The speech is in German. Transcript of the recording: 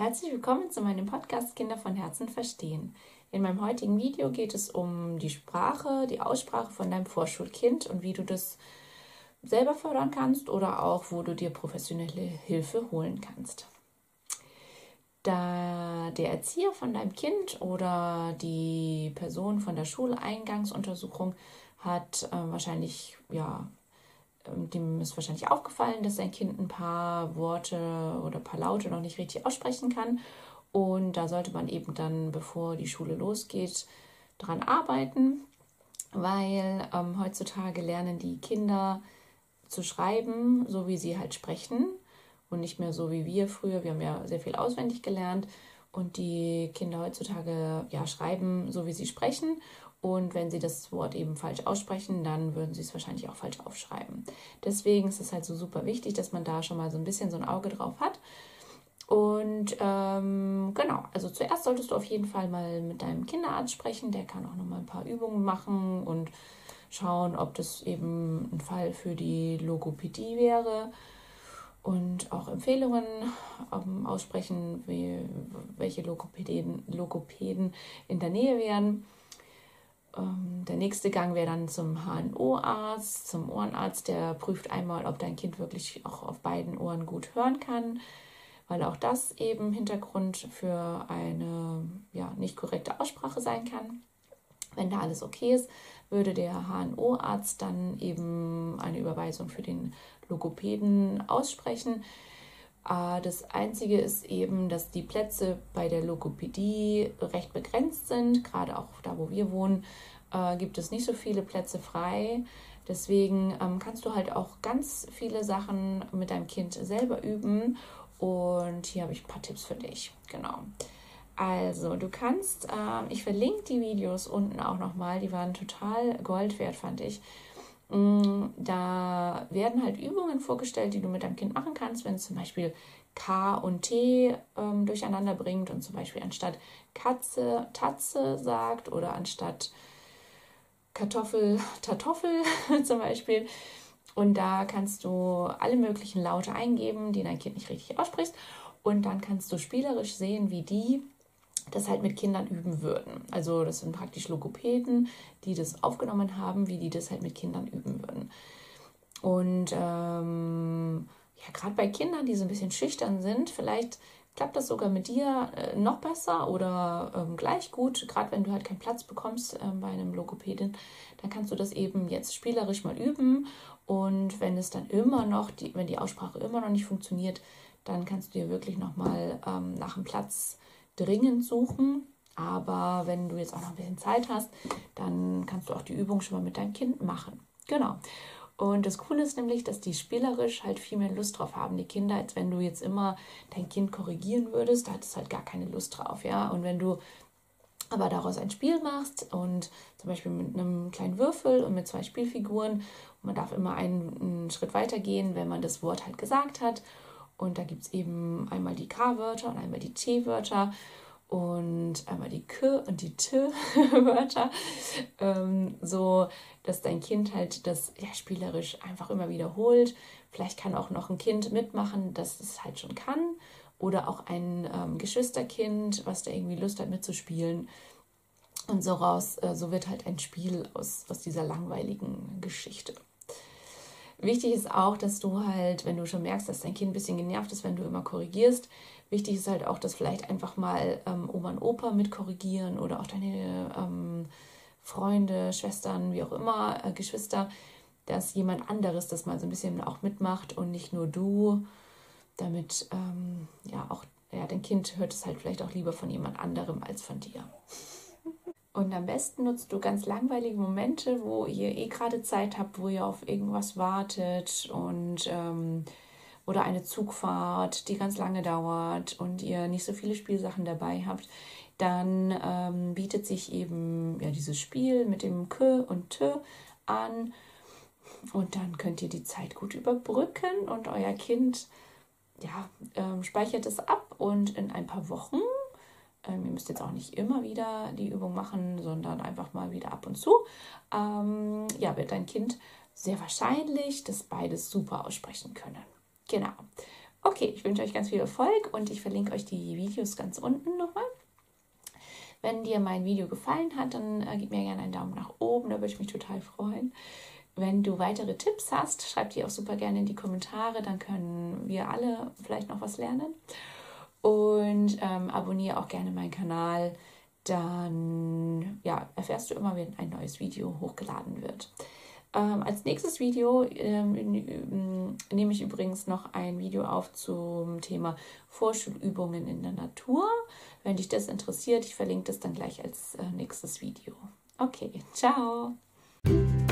Herzlich willkommen zu meinem Podcast Kinder von Herzen verstehen. In meinem heutigen Video geht es um die Sprache, die Aussprache von deinem Vorschulkind und wie du das selber fördern kannst oder auch, wo du dir professionelle Hilfe holen kannst. Da der Erzieher von deinem Kind oder die Person von der Schuleingangsuntersuchung hat dem ist wahrscheinlich aufgefallen, dass sein Kind ein paar Worte oder ein paar Laute noch nicht richtig aussprechen kann. Und da sollte man eben dann, bevor die Schule losgeht, dran arbeiten, weil heutzutage lernen die Kinder zu schreiben, so wie sie halt sprechen und nicht mehr so wie wir früher. Wir haben ja sehr viel auswendig gelernt und die Kinder heutzutage schreiben, so wie sie sprechen. Und wenn sie das Wort eben falsch aussprechen, dann würden sie es wahrscheinlich auch falsch aufschreiben. Deswegen ist es halt so super wichtig, dass man da schon mal so ein bisschen so ein Auge drauf hat. Und also zuerst solltest du auf jeden Fall mal mit deinem Kinderarzt sprechen. Der kann auch noch mal ein paar Übungen machen und schauen, ob das eben ein Fall für die Logopädie wäre. Und auch Empfehlungen aussprechen, welche Logopäden in der Nähe wären. Der nächste Gang wäre dann zum HNO-Arzt, zum Ohrenarzt. Der prüft einmal, ob dein Kind wirklich auch auf beiden Ohren gut hören kann, weil auch das eben Hintergrund für eine nicht korrekte Aussprache sein kann. Wenn da alles okay ist, würde der HNO-Arzt dann eben eine Überweisung für den Logopäden aussprechen. Das Einzige ist eben, dass die Plätze bei der Logopädie recht begrenzt sind. Gerade auch da, wo wir wohnen, gibt es nicht so viele Plätze frei. Deswegen kannst du halt auch ganz viele Sachen mit deinem Kind selber üben. Und hier habe ich ein paar Tipps für dich. Genau. Also du kannst, ich verlinke die Videos unten auch nochmal. Die waren total Gold wert, fand ich. Da werden halt Übungen vorgestellt, die du mit deinem Kind machen kannst, wenn es zum Beispiel K und T durcheinander bringt und zum Beispiel anstatt Katze Tatze sagt oder anstatt Kartoffel Tartoffel zum Beispiel. Und da kannst du alle möglichen Laute eingeben, die dein Kind nicht richtig ausspricht. Und dann kannst du spielerisch sehen, wie die das halt mit Kindern üben würden. Also das sind praktisch Logopäden, die das aufgenommen haben, wie die das halt mit Kindern üben würden. Und gerade bei Kindern, die so ein bisschen schüchtern sind, vielleicht klappt das sogar mit dir noch besser oder gleich gut. Gerade wenn du halt keinen Platz bekommst bei einem Logopäden, dann kannst du das eben jetzt spielerisch mal üben. Und wenn es dann wenn die Aussprache immer noch nicht funktioniert, dann kannst du dir wirklich nochmal nach einem Platz dringend suchen, aber wenn du jetzt auch noch ein bisschen Zeit hast, dann kannst du auch die Übung schon mal mit deinem Kind machen. Genau. Und das Coole ist nämlich, dass die spielerisch halt viel mehr Lust drauf haben, die Kinder, als wenn du jetzt immer dein Kind korrigieren würdest, da hat es halt gar keine Lust drauf, ja. Und wenn du aber daraus ein Spiel machst und zum Beispiel mit einem kleinen Würfel und mit 2 Spielfiguren, und man darf immer einen Schritt weiter gehen, wenn man das Wort halt gesagt hat. Und da gibt es eben einmal die K-Wörter und einmal die T-Wörter und einmal die K- und die T-Wörter, so dass dein Kind halt das spielerisch einfach immer wiederholt. Vielleicht kann auch noch ein Kind mitmachen, das es halt schon kann. Oder auch ein Geschwisterkind, was da irgendwie Lust hat mitzuspielen. Und so wird halt ein Spiel aus dieser langweiligen Geschichte. Wichtig ist auch, dass du halt, wenn du schon merkst, dass dein Kind ein bisschen genervt ist, wenn du immer korrigierst, wichtig ist halt auch, dass vielleicht einfach mal Oma und Opa mit korrigieren oder auch deine Freunde, Schwestern, wie auch immer, Geschwister, dass jemand anderes das mal so ein bisschen auch mitmacht und nicht nur du, damit dein Kind hört es halt vielleicht auch lieber von jemand anderem als von dir. Und am besten nutzt du ganz langweilige Momente, wo ihr gerade Zeit habt, wo ihr auf irgendwas wartet oder eine Zugfahrt, die ganz lange dauert und ihr nicht so viele Spielsachen dabei habt. Dann bietet sich eben dieses Spiel mit dem K und T an und dann könnt ihr die Zeit gut überbrücken und euer Kind speichert es ab und in ein paar Wochen, ihr müsst jetzt auch nicht immer wieder die Übung machen, sondern einfach mal wieder ab und zu, wird dein Kind sehr wahrscheinlich das beides super aussprechen können. Genau. Okay, ich wünsche euch ganz viel Erfolg und ich verlinke euch die Videos ganz unten nochmal. Wenn dir mein Video gefallen hat, dann gib mir gerne einen Daumen nach oben, da würde ich mich total freuen. Wenn du weitere Tipps hast, schreib die auch super gerne in die Kommentare, dann können wir alle vielleicht noch was lernen. Und abonniere auch gerne meinen Kanal, dann ja, erfährst du immer, wenn ein neues Video hochgeladen wird. Als nächstes Video nehme ich übrigens noch ein Video auf zum Thema Vorschulübungen in der Natur. Wenn dich das interessiert, ich verlinke das dann gleich als nächstes Video. Okay, ciao!